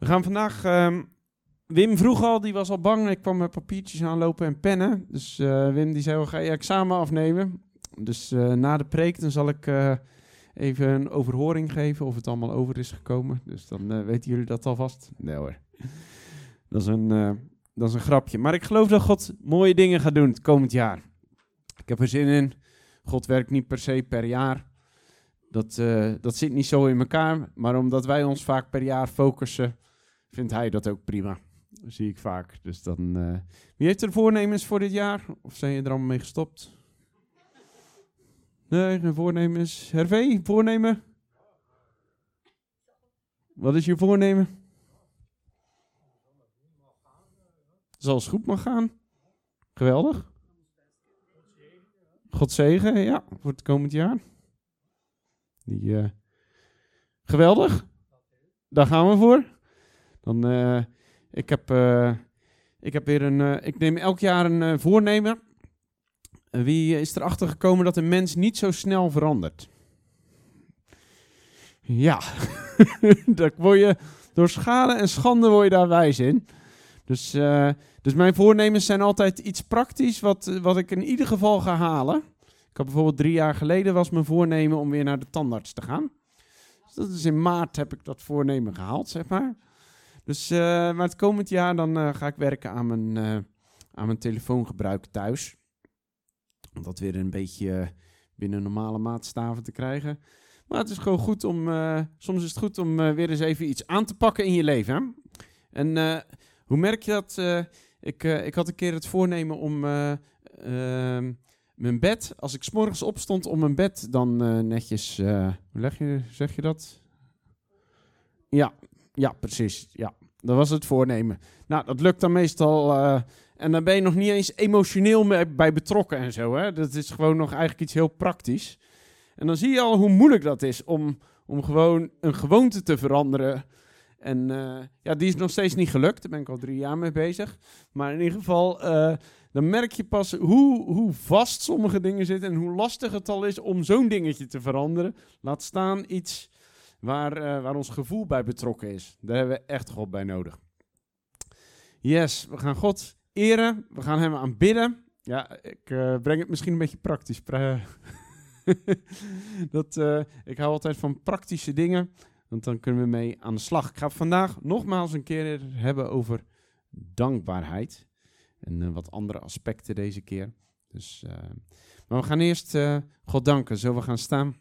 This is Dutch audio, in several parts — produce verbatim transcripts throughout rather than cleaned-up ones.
We gaan vandaag... Um, Wim vroeg al, die was al bang. Ik kwam met papiertjes aanlopen en pennen. Dus uh, Wim die zei, wel, ga je examen afnemen? Dus uh, na de preek dan zal ik uh, even een overhoring geven of het allemaal over is gekomen. Dus dan uh, weten jullie dat alvast. Nee hoor. Dat is, een, uh, dat is een grapje. Maar ik geloof dat God mooie dingen gaat doen het komend jaar. Ik heb er zin in. God werkt niet per se per jaar. Dat, uh, dat zit niet zo in elkaar. Maar omdat wij ons vaak per jaar focussen, vindt hij dat ook prima. Dat zie ik vaak. Dus dan, uh, wie heeft er voornemens voor dit jaar? Of zijn je er allemaal mee gestopt? Nee, geen voornemens. Hervé, voornemen? Wat is je voornemen? Zoals het goed mag gaan. Geweldig. God zegen, ja, voor het komend jaar. Die, uh, geweldig. Daar gaan we voor. Dan, uh, ik, heb, uh, ik heb weer een, uh, ik neem elk jaar een uh, voornemen. Uh, wie is erachter gekomen dat een mens niet zo snel verandert? Ja, daar word je, door schade en schande word je daar wijs in. Dus, uh, dus mijn voornemens zijn altijd iets praktisch wat, wat ik in ieder geval ga halen. Ik had bijvoorbeeld drie jaar geleden was mijn voornemen om weer naar de tandarts te gaan. Dus dat is in maart heb ik dat voornemen gehaald, zeg maar. Dus, uh, maar het komend jaar dan uh, ga ik werken aan mijn, uh, aan mijn telefoongebruik thuis. Om dat weer een beetje uh, binnen normale maatstaven te krijgen. Maar het is gewoon goed om, uh, soms is het goed om uh, weer eens even iets aan te pakken in je leven. Hè? En uh, hoe merk je dat? Uh, ik, uh, ik had een keer het voornemen om uh, uh, mijn bed, als ik 's morgens opstond, om mijn bed dan uh, netjes, uh, hoe leg je, zeg je dat? Ja, ja, precies. Ja, dat was het voornemen. Nou, dat lukt dan meestal. Uh, en dan ben je nog niet eens emotioneel mee, bij betrokken en zo. Hè? Dat is gewoon nog eigenlijk iets heel praktisch. En dan zie je al hoe moeilijk dat is om, om gewoon een gewoonte te veranderen. En uh, ja, die is nog steeds niet gelukt. Daar ben ik al drie jaar mee bezig. Maar in ieder geval, uh, dan merk je pas hoe, hoe vast sommige dingen zitten en hoe lastig het al is om zo'n dingetje te veranderen. Laat staan iets waar, uh, waar ons gevoel bij betrokken is. Daar hebben we echt God bij nodig. Yes, we gaan God eren. We gaan hem aanbidden. Ja, ik uh, breng het misschien een beetje praktisch. dat, uh, ik hou altijd van praktische dingen. Want dan kunnen we mee aan de slag. Ik ga vandaag nogmaals een keer hebben over dankbaarheid. En uh, wat andere aspecten deze keer. Dus, uh, maar we gaan eerst uh, God danken. Zullen we gaan staan?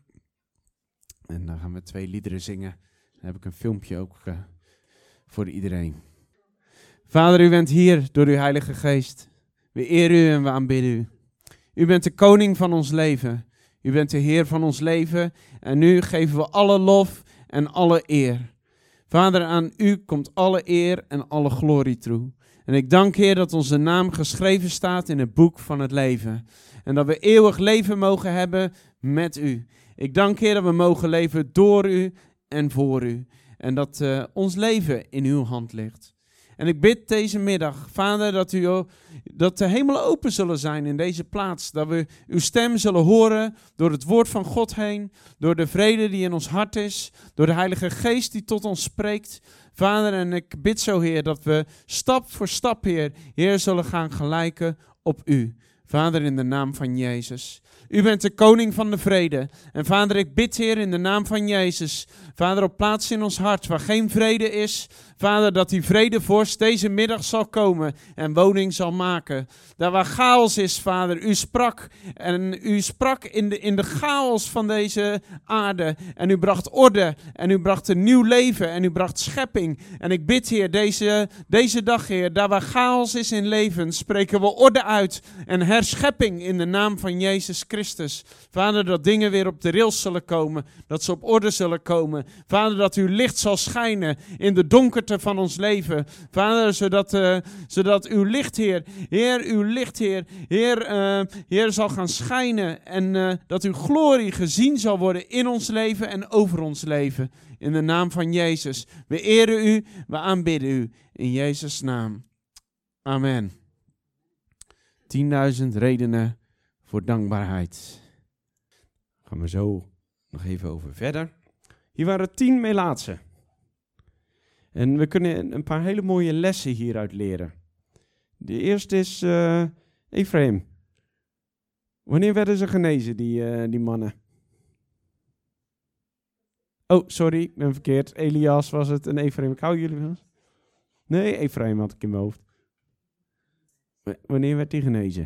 En dan gaan we twee liederen zingen. Dan heb ik een filmpje ook uh, voor iedereen. Vader, u bent hier door uw Heilige Geest. We eren u en we aanbidden u. U bent de koning van ons leven. U bent de Heer van ons leven. En nu geven we alle lof en alle eer. Vader, aan u komt alle eer en alle glorie toe. En ik dank, Heer, dat onze naam geschreven staat in het boek van het leven. En dat we eeuwig leven mogen hebben met u. Ik dank, Heer, dat we mogen leven door u en voor u. En dat uh, ons leven in uw hand ligt. En ik bid deze middag, Vader, dat, u, dat de hemelen open zullen zijn in deze plaats. Dat we uw stem zullen horen door het woord van God heen. Door de vrede die in ons hart is. Door de Heilige Geest die tot ons spreekt. Vader, en ik bid zo, Heer, dat we stap voor stap, Heer, Heer, zullen gaan gelijken op u. Vader, in de naam van Jezus. U bent de koning van de vrede. En Vader, ik bid, Heer, in de naam van Jezus. Vader, op plaats in ons hart waar geen vrede is. Vader, dat die vredevorst deze middag zal komen en woning zal maken. Daar waar chaos is, Vader, u sprak. En u sprak in de, in de chaos van deze aarde. En u bracht orde. En u bracht een nieuw leven. En u bracht schepping. En ik bid, Heer, deze, deze dag, Heer, daar waar chaos is in leven, spreken we orde uit. En herschepping in de naam van Jezus Christus. Vader, dat dingen weer op de rails zullen komen. Dat ze op orde zullen komen. Vader, dat uw licht zal schijnen in de donkerte van ons leven. Vader, zodat, uh, zodat uw licht, Heer, Heer, uw licht, Heer, Heer, uh, Heer zal gaan schijnen en uh, dat uw glorie gezien zal worden in ons leven en over ons leven. In de naam van Jezus. We eren u, we aanbidden u. In Jezus' naam. Amen. tienduizend redenen voor dankbaarheid. Gaan we zo nog even over verder. Hier waren tien Melaatsen. En we kunnen een paar hele mooie lessen hieruit leren. De eerste is uh, Ephraim. Wanneer werden ze genezen, die, uh, die mannen? Oh, sorry, ik ben verkeerd. Elias was het en Ephraim. Ik hou jullie wel. Nee, Ephraim had ik in mijn hoofd. W- wanneer werd hij genezen?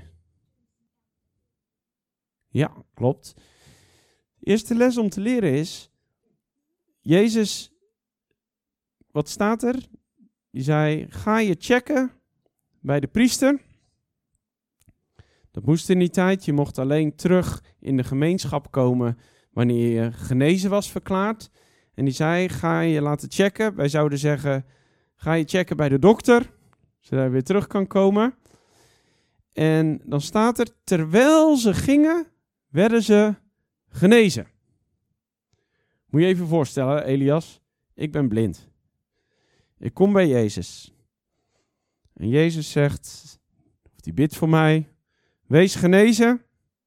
Ja, klopt. De eerste les om te leren is, Jezus, wat staat er? Die zei, ga je checken bij de priester. Dat moest in die tijd. Je mocht alleen terug in de gemeenschap komen wanneer je genezen was verklaard. En die zei, ga je laten checken. Wij zouden zeggen, ga je checken bij de dokter, zodat je weer terug kan komen. En dan staat er, terwijl ze gingen, werden ze genezen. Moet je even voorstellen, Elias, ik ben blind. Ik kom bij Jezus. En Jezus zegt, of die bidt voor mij, wees genezen.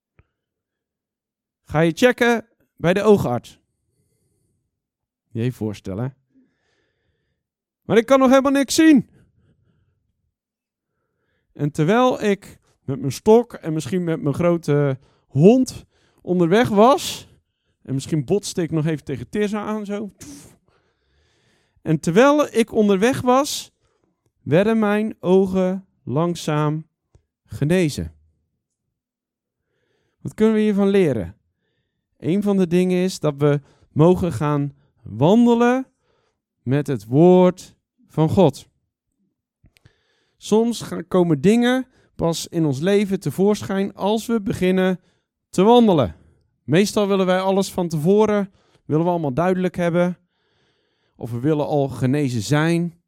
Ga je checken bij de oogarts. Je even voorstellen. Maar ik kan nog helemaal niks zien. En terwijl ik met mijn stok en misschien met mijn grote hond onderweg was, en misschien botste ik nog even tegen Tirza aan zo. En terwijl ik onderweg was, werden mijn ogen langzaam genezen. Wat kunnen we hiervan leren? Een van de dingen is dat we mogen gaan wandelen met het woord van God. Soms gaan komen dingen pas in ons leven tevoorschijn als we beginnen te wandelen. Meestal willen wij alles van tevoren, willen we allemaal duidelijk hebben. Of we willen al genezen zijn.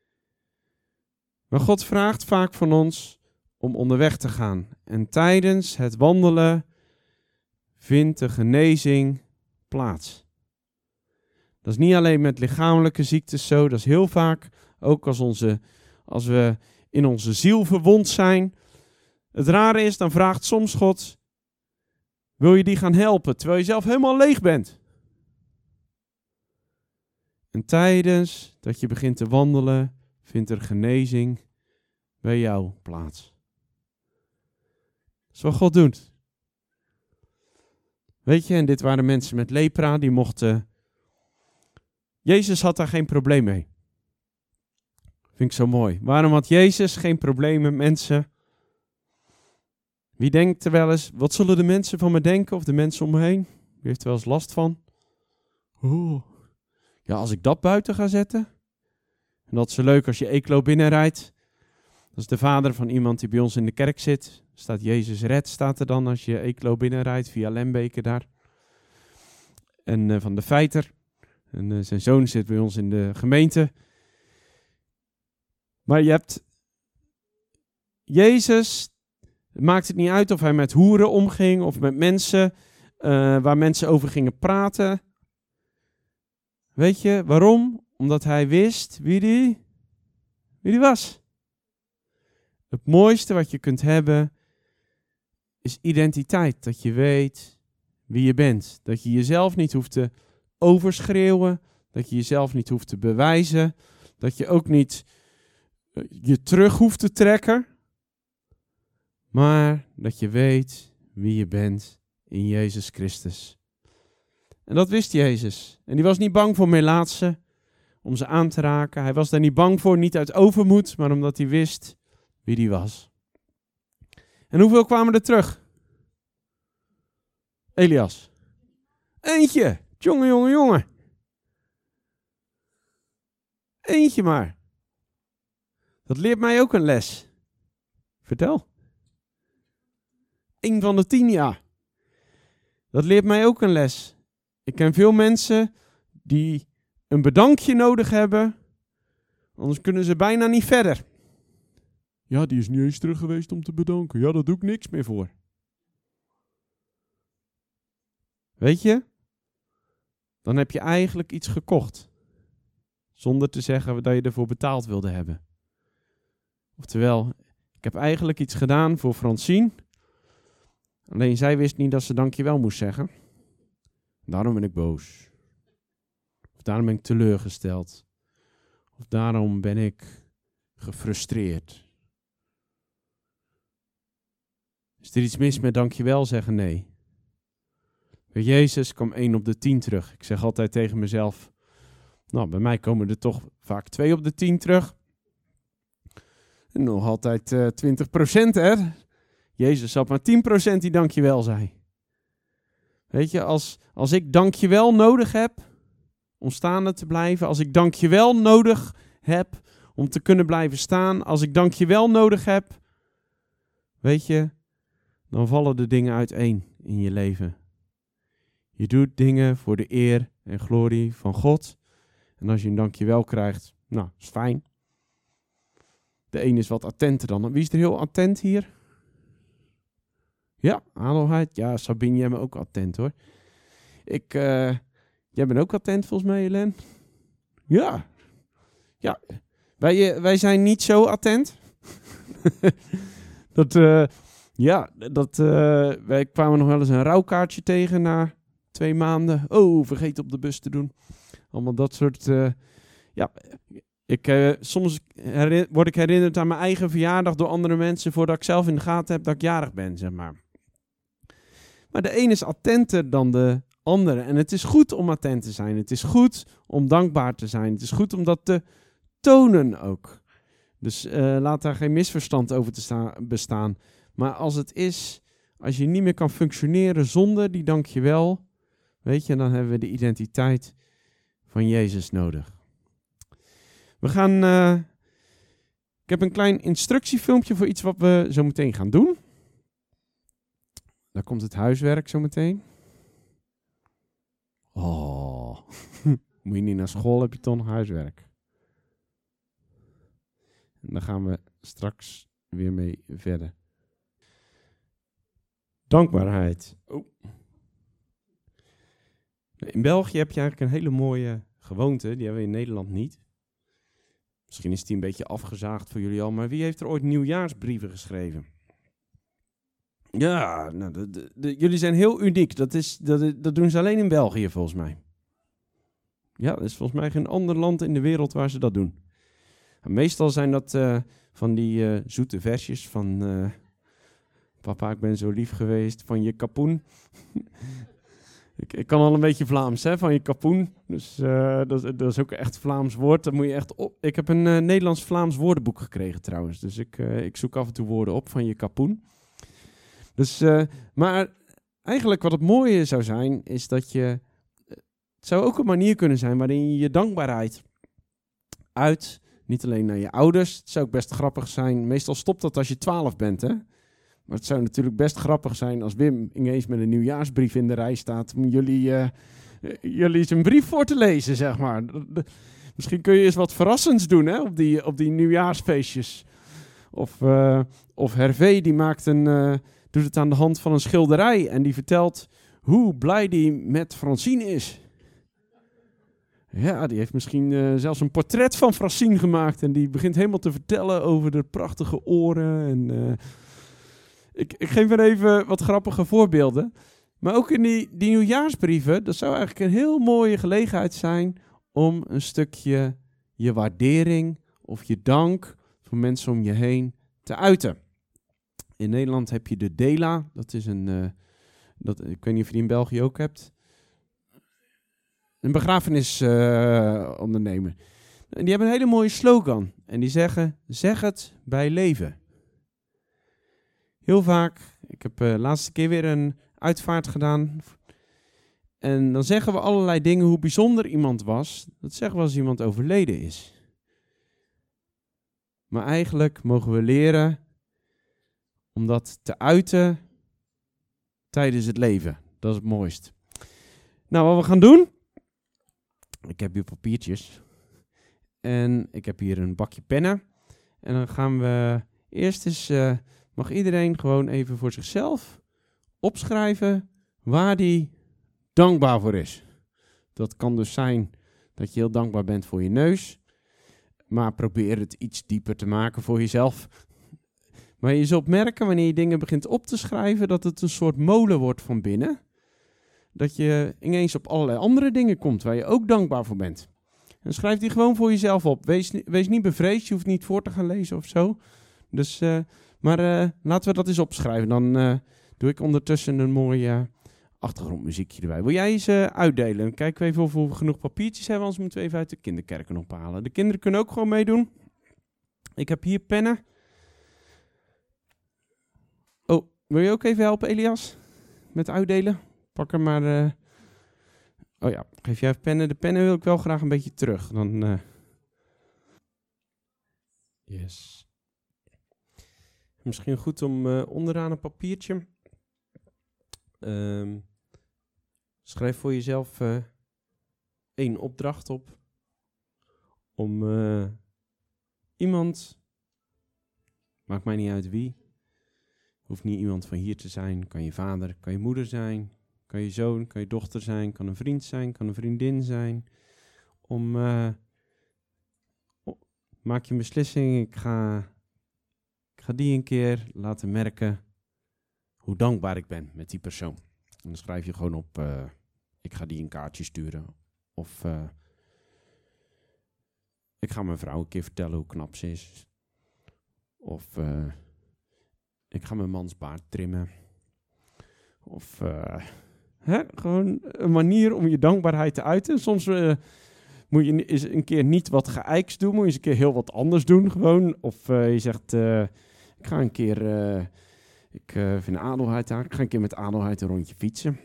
Maar God vraagt vaak van ons om onderweg te gaan. En tijdens het wandelen vindt de genezing plaats. Dat is niet alleen met lichamelijke ziektes zo. Dat is heel vaak ook als, onze, als we in onze ziel verwond zijn. Het rare is, dan vraagt soms God, wil je die gaan helpen terwijl je zelf helemaal leeg bent? En tijdens dat je begint te wandelen, vindt er genezing bij jou plaats. Dat is wat God doet. Weet je, en dit waren mensen met lepra, die mochten... Jezus had daar geen probleem mee. Vind ik zo mooi. Waarom had Jezus geen probleem met mensen? Wie denkt er wel eens, wat zullen de mensen van me denken of de mensen om me heen? Wie heeft er wel eens last van? Oh. Ja, als ik dat buiten ga zetten. En dat is zo leuk als je Eeklo binnenrijdt. Dat is de vader van iemand die bij ons in de kerk zit. Staat Jezus red, staat er dan als je Eeklo binnenrijdt via Lembeke daar. En uh, van de Feiter. En uh, zijn zoon zit bij ons in de gemeente. Maar je hebt Jezus, het maakt het niet uit of hij met hoeren omging of met mensen, uh, waar mensen over gingen praten. Weet je waarom? Omdat hij wist wie die, wie die was. Het mooiste wat je kunt hebben is identiteit. Dat je weet wie je bent. Dat je jezelf niet hoeft te overschreeuwen. Dat je jezelf niet hoeft te bewijzen. Dat je ook niet uh, je terug hoeft te trekken. Maar dat je weet wie je bent in Jezus Christus. En dat wist Jezus. En die was niet bang voor melaatsen, om ze aan te raken. Hij was daar niet bang voor, niet uit overmoed, maar omdat hij wist wie die was. En hoeveel kwamen er terug? Elias. Eentje. Jongen, jongen, jongen. Eentje maar. Dat leert mij ook een les. Vertel. Eén van de tien jaar. Dat leert mij ook een les. Ik ken veel mensen die een bedankje nodig hebben, anders kunnen ze bijna niet verder. Ja, die is niet eens terug geweest om te bedanken. Ja, daar doe ik niks meer voor. Weet je? Dan heb je eigenlijk iets gekocht. Zonder te zeggen dat je ervoor betaald wilde hebben. Oftewel, ik heb eigenlijk iets gedaan voor Francine. Alleen zij wist niet dat ze dankjewel moest zeggen. Daarom ben ik boos. Of daarom ben ik teleurgesteld. Of daarom ben ik gefrustreerd. Is er iets mis met dankjewel zeggen? Nee. Bij Jezus kwam één op de tien terug. Ik zeg altijd tegen mezelf, nou, bij mij komen er toch vaak twee op de tien terug. En nog altijd uh, twintig procent, hè? Jezus had maar tien procent die dankjewel zei. Weet je, als, als ik dankjewel nodig heb om staande te blijven, als ik dankjewel nodig heb om te kunnen blijven staan, als ik dankjewel nodig heb, weet je, dan vallen de dingen uiteen in je leven. Je doet dingen voor de eer en glorie van God. En als je een dankjewel krijgt, nou, is fijn. De een is wat attenter dan. Wie is er heel attent hier? Ja, Adelheid. Ja, Sabine, jij bent ook attent hoor. Ik, uh, jij bent ook attent volgens mij, Helen. Ja. Ja. Wij, uh, wij zijn niet zo attent. dat, uh, ja, dat, uh, wij kwamen nog wel eens een rouwkaartje tegen na twee maanden. Oh, vergeet op de bus te doen. Allemaal dat soort, uh, ja... Ik, uh, soms herin- word ik herinnerd aan mijn eigen verjaardag door andere mensen voordat ik zelf in de gaten heb dat ik jarig ben, zeg maar. Maar de een is attenter dan de andere. En het is goed om attent te zijn. Het is goed om dankbaar te zijn. Het is goed om dat te tonen ook. Dus uh, laat daar geen misverstand over te sta- bestaan. Maar als het is, als je niet meer kan functioneren zonder die dankjewel, weet je, dan hebben we de identiteit van Jezus nodig. We gaan, uh, ik heb een klein instructiefilmpje voor iets wat we zo meteen gaan doen. Daar komt het huiswerk zo meteen. Oh, moet je niet naar school, heb je toch nog huiswerk. En daar gaan we straks weer mee verder. Dankbaarheid. Oh. In België heb je eigenlijk een hele mooie gewoonte, die hebben we in Nederland niet. Misschien is die een beetje afgezaagd voor jullie al, maar wie heeft er ooit nieuwjaarsbrieven geschreven? Ja, nou, de, de, de, jullie zijn heel uniek. Dat, is, dat, dat doen ze alleen in België volgens mij. Ja, er is volgens mij geen ander land in de wereld waar ze dat doen. En meestal zijn dat uh, van die uh, zoete versjes van... Uh, Papa, ik ben zo lief geweest, van je kapoen. Ik, ik kan al een beetje Vlaams, hè, van je kapoen. Dus uh, dat, dat is ook echt Vlaams woord. Dat moet je echt op. Ik heb een uh, Nederlands-Vlaams woordenboek gekregen trouwens. Dus ik, uh, ik zoek af en toe woorden op van je kapoen. Dus, uh, maar eigenlijk wat het mooie zou zijn, is dat je... Het zou ook een manier kunnen zijn waarin je je dankbaarheid uit... Niet alleen naar je ouders. Het zou ook best grappig zijn. Meestal stopt dat als je twaalf bent, hè. Maar het zou natuurlijk best grappig zijn als Wim ineens met een nieuwjaarsbrief in de rij staat om jullie, uh, jullie zijn brief voor te lezen, zeg maar. Misschien kun je eens wat verrassends doen, hè, op die, op die nieuwjaarsfeestjes. Of, uh, of Hervé, die maakt een, uh, doet het aan de hand van een schilderij en die vertelt hoe blij die met Francine is. Ja, die heeft misschien uh, zelfs een portret van Francine gemaakt en die begint helemaal te vertellen over de prachtige oren en... Uh, Ik, ik geef er even wat grappige voorbeelden. Maar ook in die, die nieuwjaarsbrieven, dat zou eigenlijk een heel mooie gelegenheid zijn om een stukje je waardering of je dank voor mensen om je heen te uiten. In Nederland heb je de Dela, dat is een, uh, dat, ik weet niet of je die in België ook hebt, een begrafenisondernemer. Uh, en die hebben een hele mooie slogan en die zeggen, zeg het bij leven. Heel vaak, ik heb de uh, laatste keer weer een uitvaart gedaan. En dan zeggen we allerlei dingen hoe bijzonder iemand was. Dat zeggen we als iemand overleden is. Maar eigenlijk mogen we leren om dat te uiten tijdens het leven. Dat is het mooist. Nou, wat we gaan doen. Ik heb hier papiertjes. En ik heb hier een bakje pennen. En dan gaan we eerst eens... Uh, Mag iedereen gewoon even voor zichzelf opschrijven waar die dankbaar voor is. Dat kan dus zijn dat je heel dankbaar bent voor je neus. Maar probeer het iets dieper te maken voor jezelf. Maar je zult merken wanneer je dingen begint op te schrijven dat het een soort molen wordt van binnen. Dat je ineens op allerlei andere dingen komt waar je ook dankbaar voor bent. En schrijf die gewoon voor jezelf op. Wees, wees niet bevreesd, je hoeft niet voor te gaan lezen of zo. Dus, uh, maar uh, laten we dat eens opschrijven. Dan uh, doe ik ondertussen een mooi uh, achtergrondmuziekje erbij. Wil jij eens uh, uitdelen? Kijken we even of we genoeg papiertjes hebben, anders moeten we even uit de kinderkerken ophalen. De kinderen kunnen ook gewoon meedoen. Ik heb hier pennen. Oh, wil je ook even helpen, Elias? Met uitdelen? Pak er maar... Uh... Oh ja, geef jij even pennen. De pennen wil ik wel graag een beetje terug. Dan... Uh... Yes. Misschien goed om uh, onderaan een papiertje. Um, schrijf voor jezelf uh, één opdracht op. Om uh, iemand, maakt mij niet uit wie, hoeft niet iemand van hier te zijn. Kan je vader, kan je moeder zijn, kan je zoon, kan je dochter zijn, kan een vriend zijn, kan een vriendin zijn. Om, uh, oh, maak je een beslissing, ik ga, ik ga die een keer laten merken hoe dankbaar ik ben met die persoon. En dan schrijf je gewoon op, uh, ik ga die een kaartje sturen. Of uh, ik ga mijn vrouw een keer vertellen hoe knap ze is. Of uh, ik ga mijn mans baard trimmen. Of uh, hè, gewoon een manier om je dankbaarheid te uiten. Soms uh, moet je eens een keer niet wat geëiks doen. Moet je eens een keer heel wat anders doen gewoon. Of uh, je zegt, uh, ik ga een keer... Uh, Ik uh, vind Adelheid aan. Ik ga een keer met Adelheid een rondje fietsen.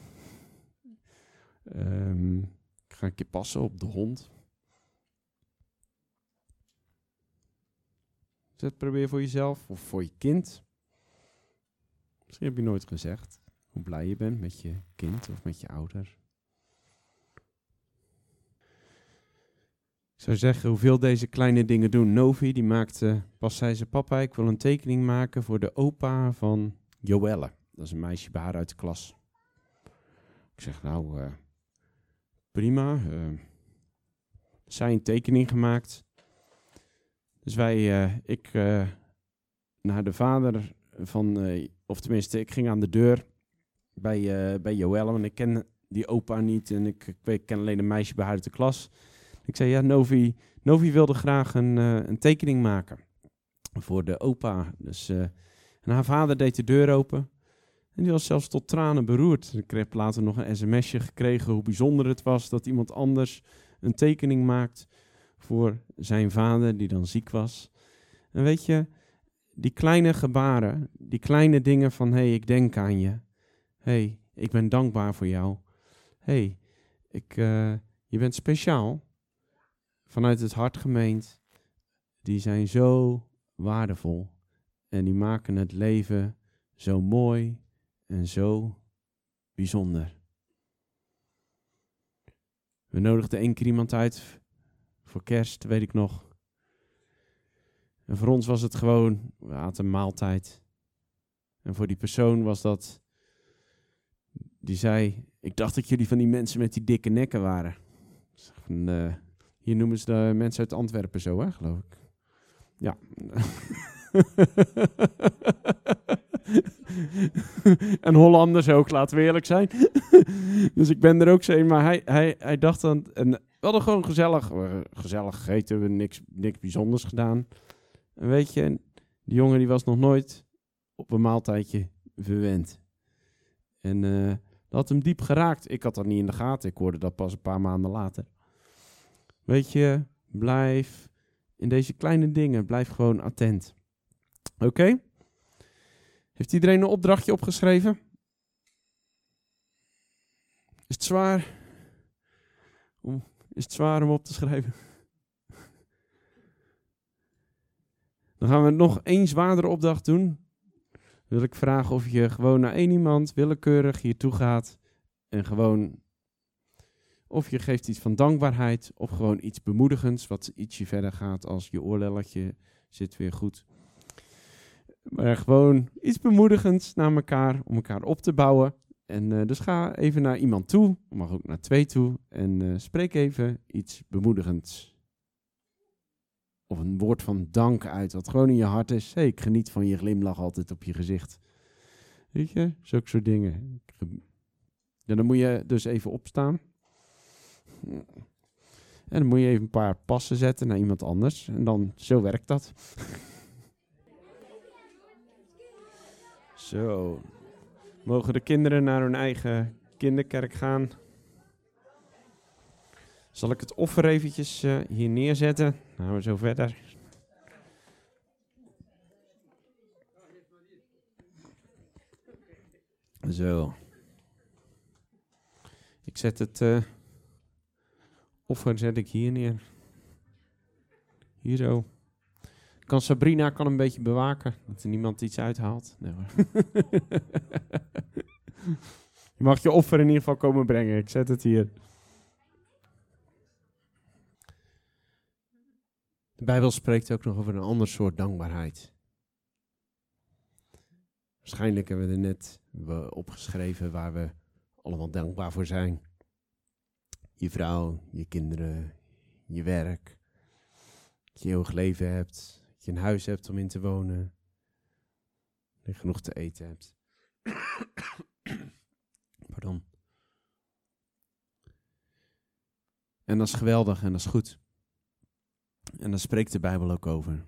Um, ik ga een keer passen op de hond. Dat probeer voor jezelf of voor je kind. Misschien heb je nooit gezegd hoe blij je bent met je kind of met je ouder. Ik zou zeggen, hoeveel deze kleine dingen doen. Novi, die maakte, pas zei ze, papa, ik wil een tekening maken voor de opa van Joelle. Dat is een meisje bij haar uit de klas. Ik zeg, nou, uh, prima. Uh, zij een tekening gemaakt. Dus wij, uh, ik, uh, naar de vader van, uh, of tenminste, ik ging aan de deur bij, uh, bij Joelle, want ik ken die opa niet en ik, ik, weet, ik ken alleen een meisje bij haar uit de klas. Ik zei, ja, Novi, Novi wilde graag een, uh, een tekening maken voor de opa. Dus, uh, en haar vader deed de deur open. En die was zelfs tot tranen beroerd. Ik heb later nog een sms'je gekregen hoe bijzonder het was dat iemand anders een tekening maakt voor zijn vader die dan ziek was. En weet je, die kleine gebaren, die kleine dingen van, hé, hey, ik denk aan je. Hé, hey, ik ben dankbaar voor jou. Hé, hey, ik, uh, je bent speciaal. Vanuit het hart gemeend, die zijn zo waardevol en die maken het leven zo mooi en zo bijzonder. We nodigden één keer iemand uit voor kerst, weet ik nog. En voor ons was het gewoon, we aten een maaltijd. En voor die persoon was dat, die zei, ik dacht dat jullie van die mensen met die dikke nekken waren. Van, uh, Hier noemen ze de mensen uit Antwerpen zo, hè, geloof ik. Ja. En Hollanders ook, laten we eerlijk zijn. Dus ik ben er ook zo in, maar hij, hij, hij dacht dan... En we hadden gewoon gezellig, gezellig gegeten, we hebben niks, niks bijzonders gedaan. En weet je, die jongen die was nog nooit op een maaltijdje verwend. En uh, dat had hem diep geraakt. Ik had dat niet in de gaten, ik hoorde dat pas een paar maanden later. Weet je, blijf in deze kleine dingen, blijf gewoon attent. Oké? Okay? Heeft iedereen een opdrachtje opgeschreven? Is het zwaar? Om, is het zwaar om op te schrijven? Dan gaan we nog één zwaardere opdracht doen. Dan wil ik vragen of je gewoon naar één iemand willekeurig hier toe gaat en gewoon... Of je geeft iets van dankbaarheid, of gewoon iets bemoedigends, wat ietsje verder gaat als je oorlelletje zit weer goed. Maar gewoon iets bemoedigends naar elkaar, om elkaar op te bouwen. En uh, dus ga even naar iemand toe, mag ook naar twee toe, en uh, spreek even iets bemoedigends. Of een woord van dank uit, wat gewoon in je hart is. Hey, ik geniet van je glimlach altijd op je gezicht. Weet je, zulke soort dingen. Ja, dan moet je dus even opstaan. En dan moet je even een paar passen zetten naar iemand anders. En dan, zo werkt dat. Zo. Mogen de kinderen naar hun eigen kinderkerk gaan? Zal ik het offer eventjes uh, hier neerzetten? Dan gaan we zo verder. Zo. Ik zet het uh, offer zet ik hier neer. Hier zo. Kan Sabrina kan een beetje bewaken, dat er niemand iets uithaalt. Nee, je mag je offer in ieder geval komen brengen. Ik zet het hier. De Bijbel spreekt ook nog over een ander soort dankbaarheid. Waarschijnlijk hebben we er net opgeschreven waar we allemaal dankbaar voor zijn. Je vrouw, je kinderen, je werk. Dat je eeuwig leven hebt. Dat je een huis hebt om in te wonen. Dat je genoeg te eten hebt. Pardon. En dat is geweldig en dat is goed. En daar spreekt de Bijbel ook over.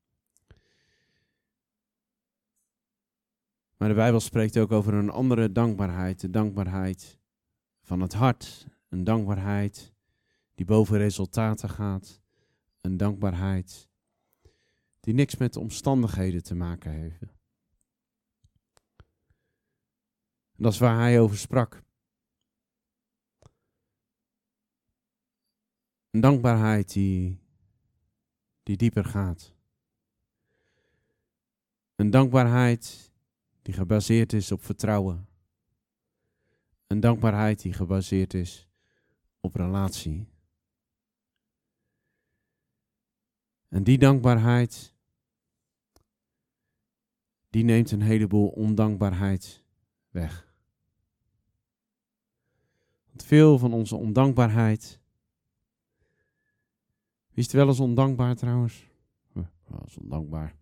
Maar de Bijbel spreekt ook over een andere dankbaarheid. De dankbaarheid van het hart. Een dankbaarheid die boven resultaten gaat. Een dankbaarheid die niks met de omstandigheden te maken heeft. En dat is waar hij over sprak. Een dankbaarheid die, die dieper gaat. Een dankbaarheid die gebaseerd is op vertrouwen. Een dankbaarheid die gebaseerd is op relatie. En die dankbaarheid, die neemt een heleboel ondankbaarheid weg. Want veel van onze ondankbaarheid. Wie is er wel eens ondankbaar trouwens? Wel eens ondankbaar.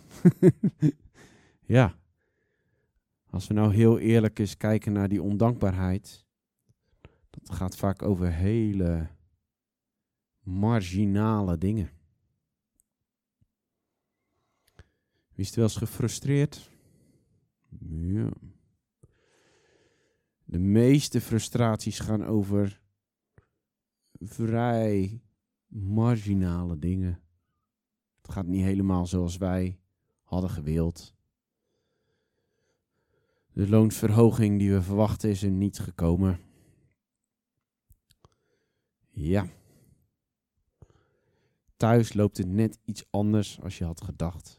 Ja. Als we nou heel eerlijk eens kijken naar die ondankbaarheid. Dat gaat vaak over hele marginale dingen. Wie is er wel eens gefrustreerd? Ja. De meeste frustraties gaan over vrij marginale dingen. Het gaat niet helemaal zoals wij hadden gewild. De loonsverhoging die we verwachten is er niet gekomen. Ja. Thuis loopt het net iets anders als je had gedacht.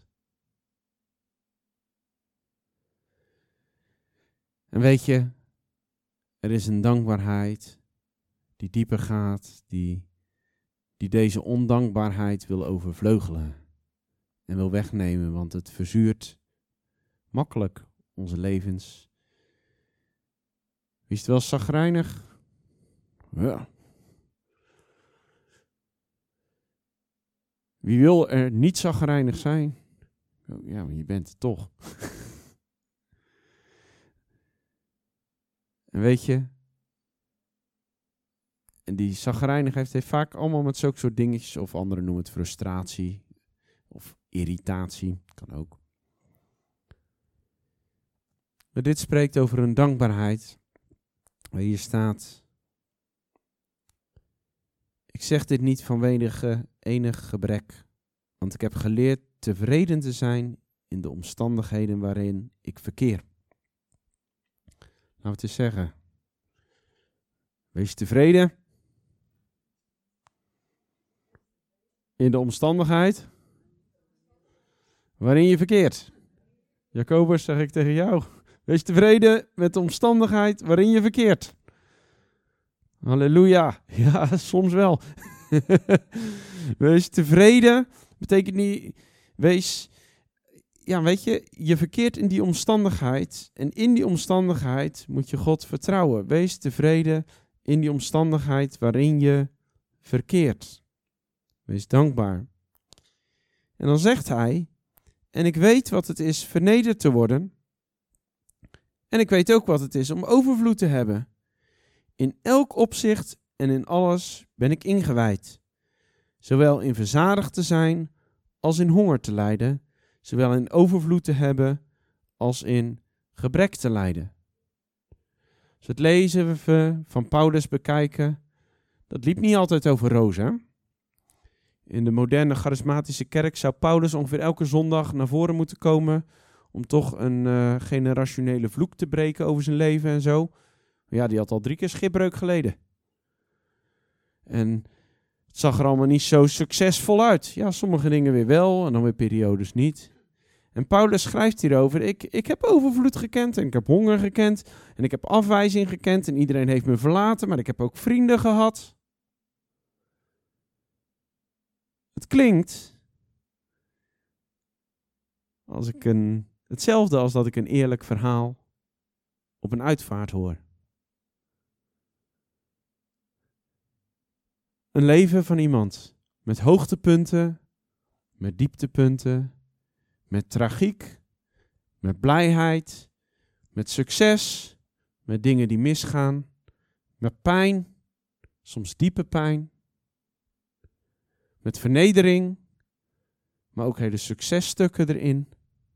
En weet je, er is een dankbaarheid die dieper gaat, die, die deze ondankbaarheid wil overvleugelen en wil wegnemen, want het verzuurt makkelijk onze levens. Wie is het wel chagrijnig? Ja. Wie wil er niet chagrijnig zijn? Oh, ja, maar je bent het toch. En weet je, en die chagrijnigheid heeft vaak allemaal met zulke soort dingetjes, of anderen noemen het frustratie, of irritatie, kan ook. Maar dit spreekt over een dankbaarheid, waar hier staat: ik zeg dit niet vanwege enig gebrek, want ik heb geleerd tevreden te zijn in de omstandigheden waarin ik verkeer. Laten we het eens zeggen. Wees tevreden in de omstandigheid waarin je verkeert. Jacobus, zeg ik tegen jou. Wees tevreden met de omstandigheid waarin je verkeert. Halleluja. Ja, soms wel. Wees tevreden betekent niet, wees, ja, weet je, je verkeert in die omstandigheid. En in die omstandigheid moet je God vertrouwen. Wees tevreden in die omstandigheid waarin je verkeert. Wees dankbaar. En dan zegt hij: en ik weet wat het is vernederd te worden. En ik weet ook wat het is om overvloed te hebben. In elk opzicht en in alles ben ik ingewijd. Zowel in verzadigd te zijn als in honger te lijden, zowel in overvloed te hebben als in gebrek te lijden. Als we het lezen van Paulus bekijken, dat liep niet altijd over rozen. In de moderne charismatische kerk zou Paulus ongeveer elke zondag naar voren moeten komen om toch een uh, generationele vloek te breken over zijn leven en zo. Ja, die had al drie keer schipbreuk geleden. En het zag er allemaal niet zo succesvol uit. Ja, sommige dingen weer wel en dan weer periodes niet. En Paulus schrijft hierover, ik, ik heb overvloed gekend en ik heb honger gekend en ik heb afwijzing gekend en iedereen heeft me verlaten, maar ik heb ook vrienden gehad. Het klinkt als ik een, hetzelfde als dat ik een eerlijk verhaal op een uitvaart hoor. Een leven van iemand met hoogtepunten, met dieptepunten, met tragiek, met blijheid, met succes, met dingen die misgaan, met pijn, soms diepe pijn, met vernedering, maar ook hele successtukken erin.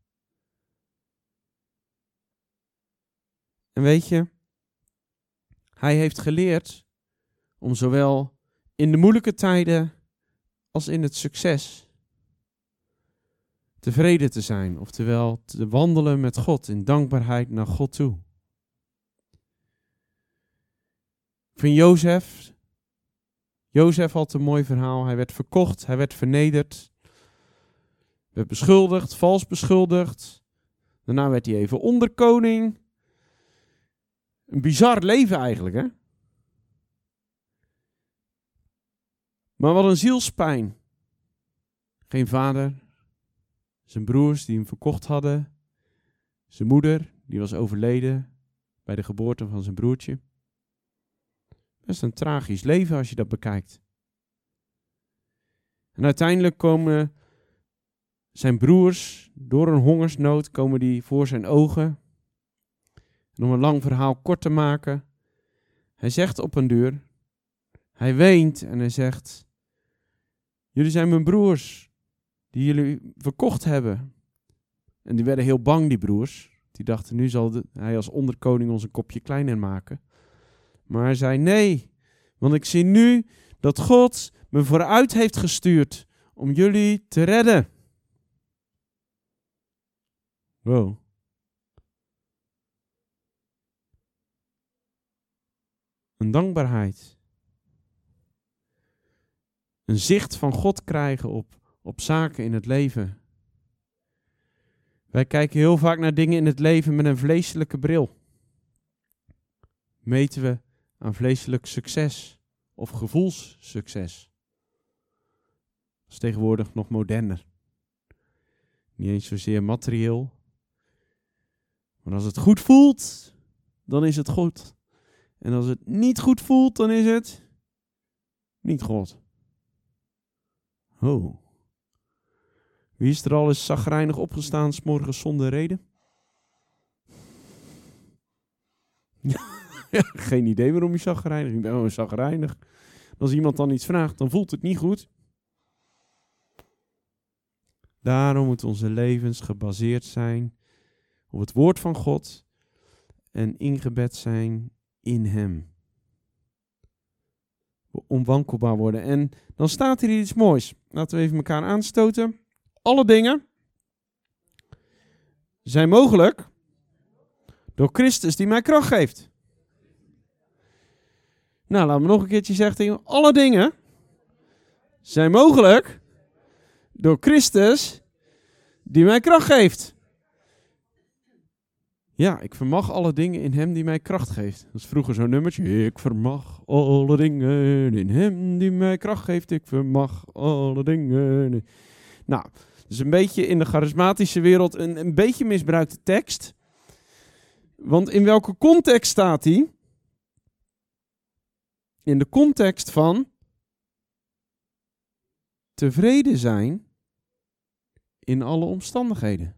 En weet je, hij heeft geleerd om zowel in de moeilijke tijden als in het succes tevreden te zijn, oftewel te wandelen met God in dankbaarheid naar God toe. Van Jozef, Jozef had een mooi verhaal, hij werd verkocht, hij werd vernederd, werd beschuldigd, vals beschuldigd, daarna werd hij even onderkoning. Een bizar leven eigenlijk, hè? Maar wat een zielspijn. Geen vader, zijn broers die hem verkocht hadden, zijn moeder die was overleden bij de geboorte van zijn broertje. Best een tragisch leven als je dat bekijkt. En uiteindelijk komen zijn broers door een hongersnood komen die voor zijn ogen. En om een lang verhaal kort te maken, hij zegt op een duur, hij weent en hij zegt, jullie zijn mijn broers die jullie verkocht hebben. En die werden heel bang, die broers. Die dachten, nu zal de, hij als onderkoning ons een kopje kleiner maken. Maar hij zei, nee, want ik zie nu dat God me vooruit heeft gestuurd om jullie te redden. Wow. Een dankbaarheid. Een zicht van God krijgen op, op zaken in het leven. Wij kijken heel vaak naar dingen in het leven met een vleeselijke bril. Meten we aan vleeselijk succes of gevoelssucces. Dat is tegenwoordig nog moderner. Niet eens zozeer materieel. Maar als het goed voelt, dan is het goed. En als het niet goed voelt, dan is het niet God. Oh. Wie is er al eens chagrijnig opgestaan 's morgens zonder reden? Ja, geen idee waarom je chagrijnig. Ik ben oh, chagrijnig. Als iemand dan iets vraagt, dan voelt het niet goed. Daarom moeten onze levens gebaseerd zijn op het woord van God en ingebed zijn in hem. Onwankelbaar worden. En dan staat hier iets moois. Laten we even elkaar aanstoten. Alle dingen zijn mogelijk door Christus die mij kracht geeft. Nou, laten we nog een keertje zeggen. Alle dingen zijn mogelijk door Christus die mij kracht geeft. Ja, ik vermag alle dingen in hem die mij kracht geeft. Dat is vroeger zo'n nummertje. Ik vermag alle dingen in hem die mij kracht geeft. Ik vermag alle dingen. Nou, dat is een beetje in de charismatische wereld een, een beetje misbruikte tekst. Want in welke context staat die? In de context van tevreden zijn in alle omstandigheden.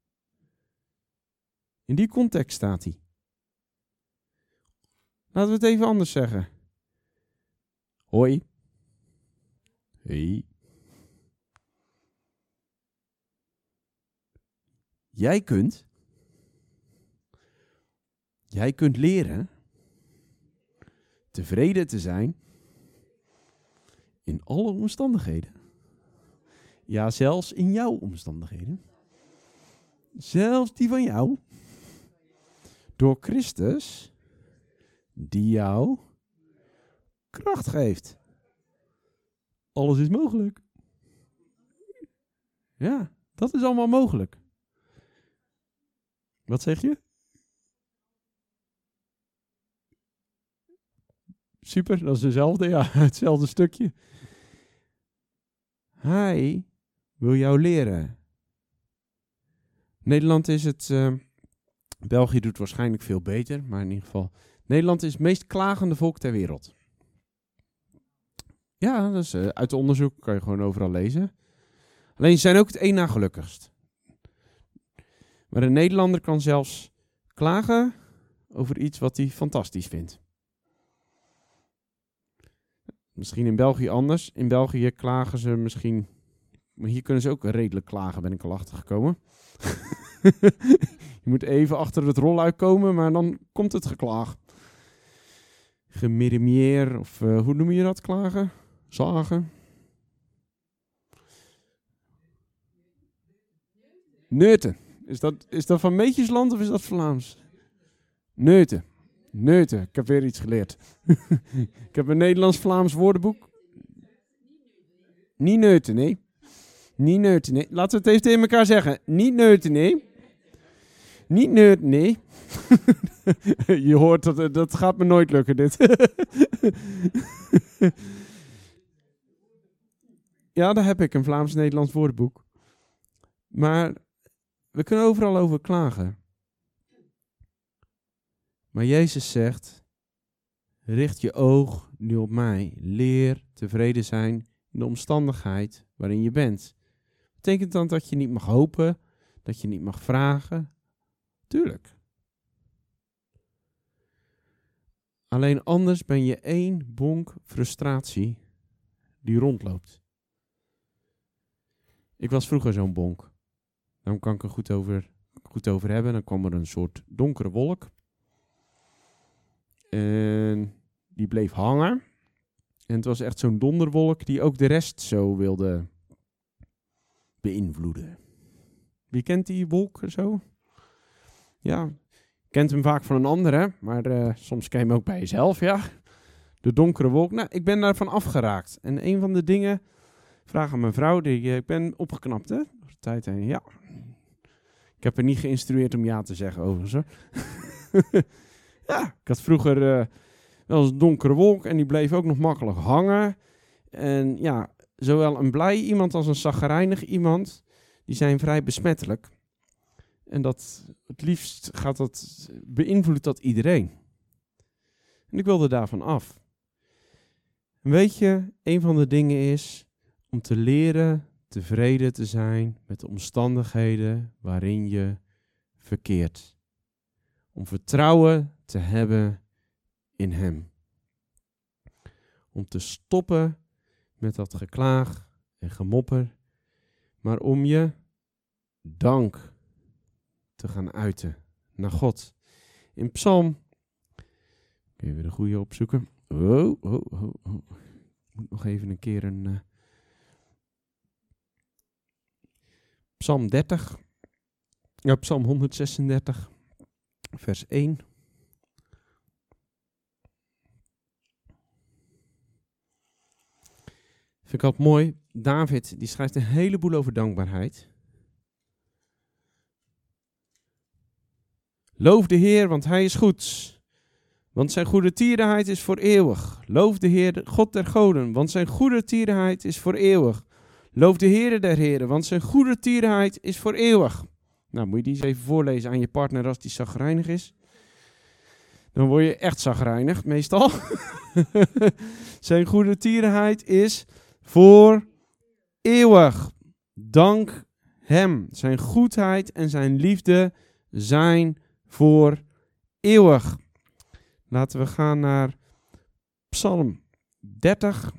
In die context staat hij. Laten we het even anders zeggen. Hoi. Hey. Jij kunt, jij kunt leren tevreden te zijn in alle omstandigheden. Ja, zelfs in jouw omstandigheden. Zelfs die van jou. Door Christus, die jou kracht geeft. Alles is mogelijk. Ja, dat is allemaal mogelijk. Wat zeg je? Super, dat is dezelfde, ja, hetzelfde stukje. Hij wil jou leren. Nederland is het... Uh, België doet waarschijnlijk veel beter, maar in ieder geval... Nederland is het meest klagende volk ter wereld. Ja, dat is, uh, uit het onderzoek kan je gewoon overal lezen. Alleen ze zijn ook het één na gelukkigst. Maar een Nederlander kan zelfs klagen over iets wat hij fantastisch vindt. Misschien in België anders. In België klagen ze misschien... Maar hier kunnen ze ook redelijk klagen, ben ik al achtergekomen. Je moet even achter het rolluik komen, maar dan komt het geklaag. Gemirimier, of uh, hoe noem je dat, klagen? Zagen? Neuten. Is dat, is dat van Meetjesland of is dat Vlaams? Neuten. Neuten. Ik heb weer iets geleerd. Ik heb een Nederlands-Vlaams woordenboek. Niet neuten, nee. Niet neuten, nee. Laten we het even tegen elkaar zeggen. Niet neuten, nee. Niet neuten, nee. Je hoort dat, dat gaat me nooit lukken, dit. Ja, daar heb ik, een Vlaams-Nederlands woordenboek. Maar we kunnen overal over klagen. Maar Jezus zegt, richt je oog nu op mij. Leer tevreden zijn in de omstandigheid waarin je bent. Betekent dan dat je niet mag hopen, dat je niet mag vragen? Tuurlijk. Alleen anders ben je één bonk frustratie die rondloopt. Ik was vroeger zo'n bonk. Daarom kan ik er goed over, goed over hebben. Dan kwam er een soort donkere wolk. En die bleef hangen. En het was echt zo'n donderwolk die ook de rest zo wilde beïnvloeden. Wie kent die wolk zo? Ja, kent hem vaak van een ander, hè? Maar uh, soms ken je hem ook bij jezelf, ja. De donkere wolk. Nou, ik ben daarvan afgeraakt. En een van de dingen, vraag aan mijn vrouw, die, uh, ik ben opgeknapt, hè? Door de tijd heen, ja. Ik heb haar niet geïnstrueerd om ja te zeggen, overigens, hoor. Ja, ik had vroeger uh, wel eens een donkere wolk en die bleef ook nog makkelijk hangen. En ja, zowel een blij iemand als een chagrijnig iemand, die zijn vrij besmettelijk. En dat, het liefst gaat dat, beïnvloedt dat iedereen. En ik wilde daarvan af. En weet je, een van de dingen is om te leren tevreden te zijn met de omstandigheden waarin je verkeert. Om vertrouwen te hebben in Hem. Om te stoppen met dat geklaag en gemopper, maar om je dank te gaan uiten naar God. In Psalm, even de goede opzoeken. Oh, oh, oh, oh. Ik moet nog even een keer een... Uh, Psalm dertig, ja, Psalm honderdzesendertig, vers één. Vind ik altijd mooi. David, die schrijft een heleboel over dankbaarheid. Loof de Heer, want Hij is goed. Want zijn goede tierenheid is voor eeuwig. Loof de Heer, God der goden, want zijn goede tierenheid is voor eeuwig. Loof de Heere der Heren, want zijn goede tierenheid is voor eeuwig. Nou, moet je die eens even voorlezen aan je partner als die chagrijnig is. Dan word je echt chagrijnig, meestal. Zijn goede tierenheid is voor eeuwig. Dank Hem. Zijn goedheid en zijn liefde zijn voor eeuwig. Laten we gaan naar Psalm dertig.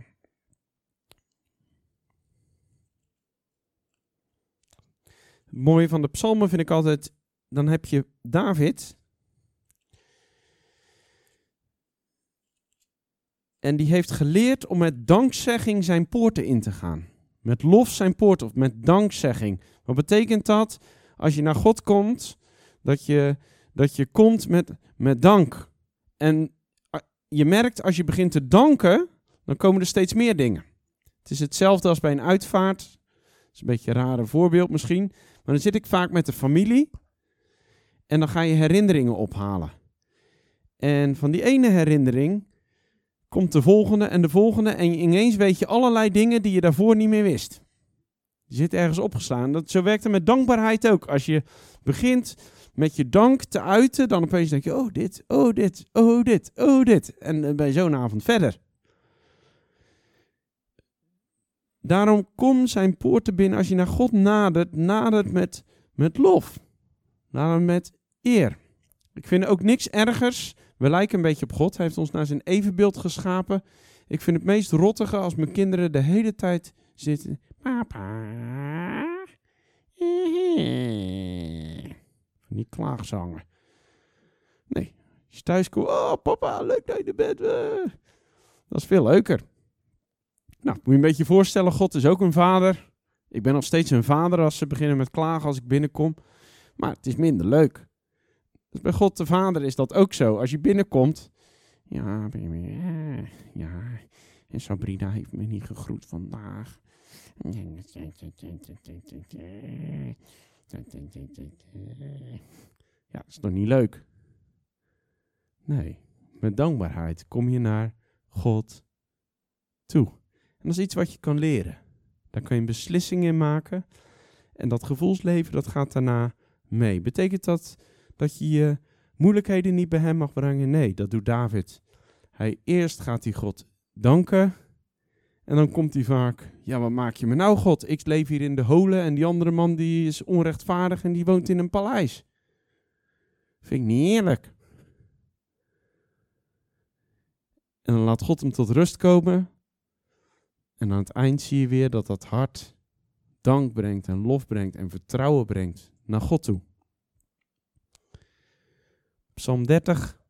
Het mooie van de psalmen vind ik altijd, dan heb je David. En die heeft geleerd om met dankzegging zijn poorten in te gaan. Met lof zijn poorten, of met dankzegging. Wat betekent dat? Als je naar God komt, dat je, dat je komt met, met dank. En je merkt, als je begint te danken, dan komen er steeds meer dingen. Het is hetzelfde als bij een uitvaart. Dat is een beetje een rare voorbeeld misschien. Maar dan zit ik vaak met de familie. En dan ga je herinneringen ophalen. En van die ene herinnering komt de volgende en de volgende. En ineens weet je allerlei dingen die je daarvoor niet meer wist. Je zit ergens opgeslaan. Dat, zo werkt het met dankbaarheid ook. Als je begint met je dank te uiten, dan opeens denk je, oh dit, oh dit, oh dit, oh dit. En dan ben je zo'n avond verder. Daarom kom zijn poorten binnen. Als je naar God nadert, nadert met, met lof. Nadert met eer. Ik vind ook niks ergers. We lijken een beetje op God. Hij heeft ons naar zijn evenbeeld geschapen. Ik vind het meest rottige als mijn kinderen de hele tijd zitten. Papa. Van die klaagzangen. Nee. Als je thuis komt. Oh papa, leuk dat je er bent. Dat is veel leuker. Nou, moet je een beetje voorstellen. God is ook een vader. Ik ben nog steeds een vader als ze beginnen met klagen als ik binnenkom. Maar het is minder leuk. Dus bij God de Vader is dat ook zo. Als je binnenkomt. Ja, ja. En Sabrina heeft me niet gegroet vandaag. Ja, dat is toch niet leuk? Nee, met dankbaarheid kom je naar God toe. En dat is iets wat je kan leren. Daar kan je een beslissing in maken. En dat gevoelsleven, dat gaat daarna mee. Betekent dat dat je je moeilijkheden niet bij hem mag brengen? Nee, dat doet David. Hij eerst gaat hij God danken. En dan komt hij vaak, ja, wat maak je me nou, God? Ik leef hier in de holen en die andere man die is onrechtvaardig en die woont in een paleis. Vind ik niet eerlijk. En dan laat God hem tot rust komen. En aan het eind zie je weer dat dat hart dank brengt en lof brengt en vertrouwen brengt naar God toe. Psalm dertig.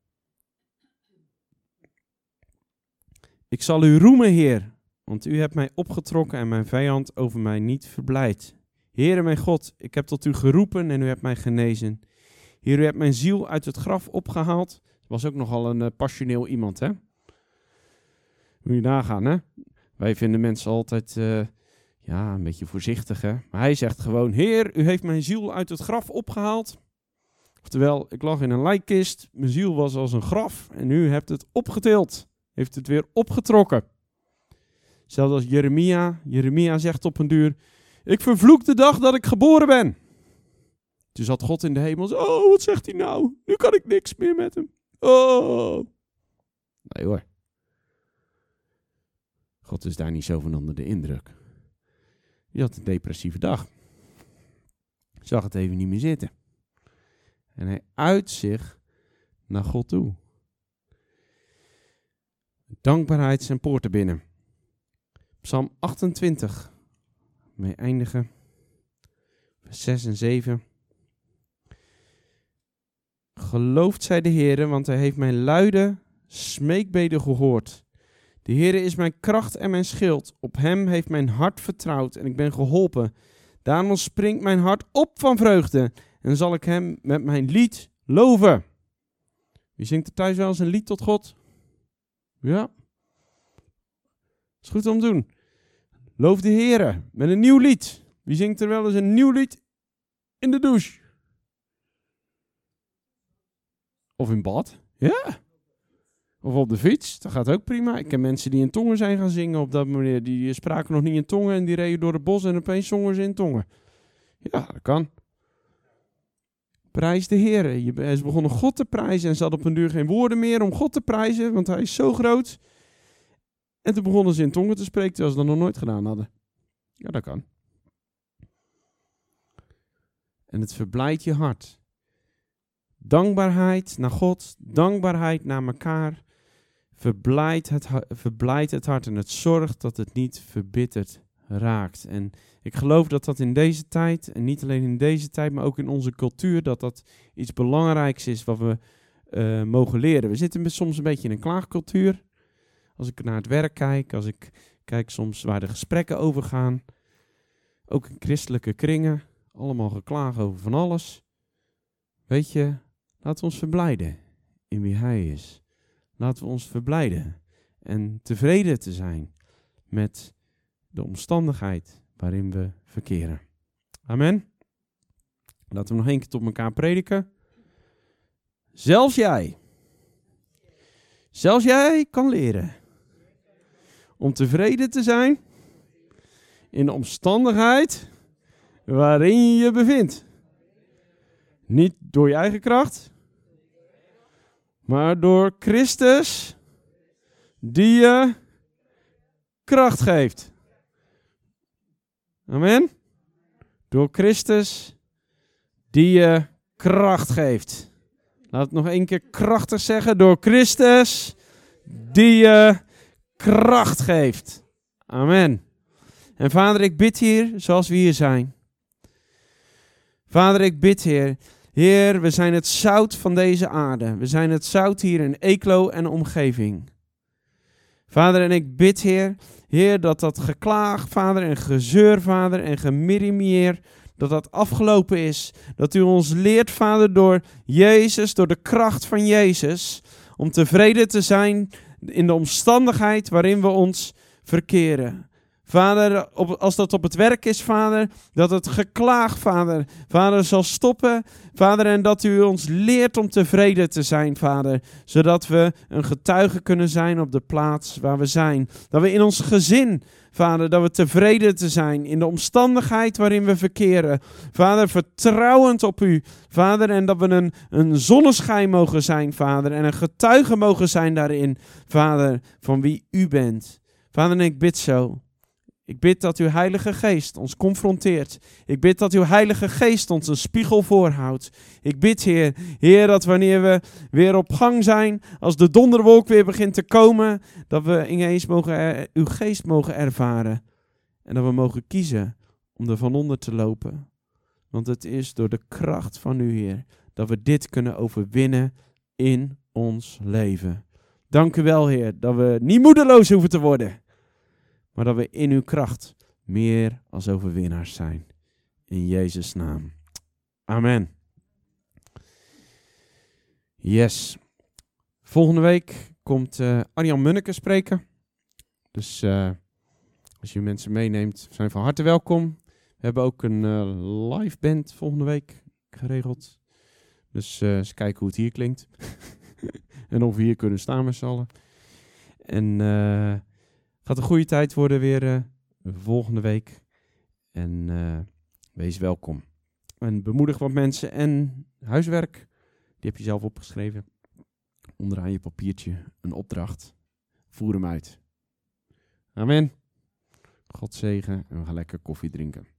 Ik zal u roemen, Heer, want u hebt mij opgetrokken en mijn vijand over mij niet verblijd. Heere mijn God, ik heb tot u geroepen en u hebt mij genezen. Heer, u hebt mijn ziel uit het graf opgehaald. Was ook nogal een uh, passioneel iemand, hè? Moet je nagaan, hè? Wij vinden mensen altijd, uh, ja, een beetje voorzichtig, hè? Maar hij zegt gewoon, Heer, u heeft mijn ziel uit het graf opgehaald. Oftewel, ik lag in een lijkkist, mijn ziel was als een graf en u hebt het opgetild. Heeft het weer opgetrokken. Zelfs als Jeremia, Jeremia zegt op een duur, ik vervloek de dag dat ik geboren ben. Toen zat God in de hemel, oh, wat zegt hij nou? Nu kan ik niks meer met hem. Oh. Nee hoor. God is daar niet zo van onder de indruk. Die had een depressieve dag. Zag het even niet meer zitten. En hij uit zich naar God toe. Dankbaarheid zijn poorten binnen. Psalm achtentwintig. Mee eindigen. Vers zes en zeven. Geloofd zij de Heere, want hij heeft mijn luide smeekbeden gehoord. De Heere is mijn kracht en mijn schild. Op hem heeft mijn hart vertrouwd en ik ben geholpen. Daarom springt mijn hart op van vreugde en zal ik hem met mijn lied loven. Wie zingt er thuis wel eens een lied tot God? Ja. Is goed om te doen. Loof de Heere met een nieuw lied. Wie zingt er wel eens een nieuw lied in de douche? Of in bad? Ja. Of op de fiets, dat gaat ook prima. Ik ken mensen die in tongen zijn gaan zingen op dat moment. Die spraken nog niet in tongen en die reden door het bos en opeens zongen ze in tongen. Ja, dat kan. Prijs de Heer. Je is begonnen God te prijzen en ze hadden op een duur geen woorden meer om God te prijzen, want hij is zo groot. En toen begonnen ze in tongen te spreken, terwijl ze dat nog nooit gedaan hadden. Ja, dat kan. En het verblijdt je hart. Dankbaarheid naar God, dankbaarheid naar elkaar, verblijdt het, ha- verblijdt het hart en het zorgt dat het niet verbitterd raakt. En ik geloof dat dat in deze tijd, en niet alleen in deze tijd, maar ook in onze cultuur, dat dat iets belangrijks is wat we uh, mogen leren. We zitten soms een beetje in een klaagcultuur. Als ik naar het werk kijk, als ik kijk soms waar de gesprekken over gaan, ook in christelijke kringen, allemaal geklaag over van alles. Weet je, laten we ons verblijden in wie Hij is. Laten we ons verblijden en tevreden te zijn met de omstandigheid waarin we verkeren. Amen. Laten we nog één keer tot elkaar prediken. Zelfs jij, zelfs jij kan leren om tevreden te zijn in de omstandigheid waarin je je bevindt. Niet door je eigen kracht, maar door Christus die je kracht geeft. Amen. Door Christus die je kracht geeft. Laat het nog één keer krachtig zeggen. Door Christus die je kracht geeft. Amen. En Vader, ik bid hier zoals we hier zijn. Vader, ik bid, Heer. Heer, we zijn het zout van deze aarde. We zijn het zout hier in Eeklo en omgeving. Vader, en ik bid, Heer, Heer, dat dat geklaag, Vader, en gezeur, Vader, en gemirimier, dat dat afgelopen is. Dat u ons leert, Vader, door Jezus, door de kracht van Jezus, om tevreden te zijn in de omstandigheid waarin we ons verkeren. Vader, op, als dat op het werk is, Vader, dat het geklaag, Vader, Vader, zal stoppen. Vader, en dat u ons leert om tevreden te zijn, Vader. Zodat we een getuige kunnen zijn op de plaats waar we zijn. Dat we in ons gezin, Vader, dat we tevreden te zijn in de omstandigheid waarin we verkeren. Vader, vertrouwend op u, Vader, en dat we een, een zonneschijn mogen zijn, Vader. En een getuige mogen zijn daarin, Vader, van wie u bent. Vader, en ik bid zo. Ik bid dat uw Heilige Geest ons confronteert. Ik bid dat uw Heilige Geest ons een spiegel voorhoudt. Ik bid, Heer, Heer, dat wanneer we weer op gang zijn, als de donderwolk weer begint te komen, dat we ineens mogen er, uw Geest mogen ervaren. En dat we mogen kiezen om er van onder te lopen. Want het is door de kracht van u, Heer, dat we dit kunnen overwinnen in ons leven. Dank u wel, Heer, dat we niet moedeloos hoeven te worden. Maar dat we in uw kracht meer als overwinnaars zijn. In Jezus' naam. Amen. Yes. Volgende week komt uh, Arjan Munneke spreken. Dus uh, als je mensen meeneemt, zijn van harte welkom. We hebben ook een uh, live band volgende week geregeld. Dus uh, eens kijken hoe het hier klinkt. En of we hier kunnen staan met z'n allen. En... Uh, gaat een goede tijd worden weer uh, volgende week. En uh, wees welkom. En bemoedig wat mensen. En huiswerk, die heb je zelf opgeschreven. Onderaan je papiertje een opdracht. Voer hem uit. Amen. God zegen en we gaan lekker koffie drinken.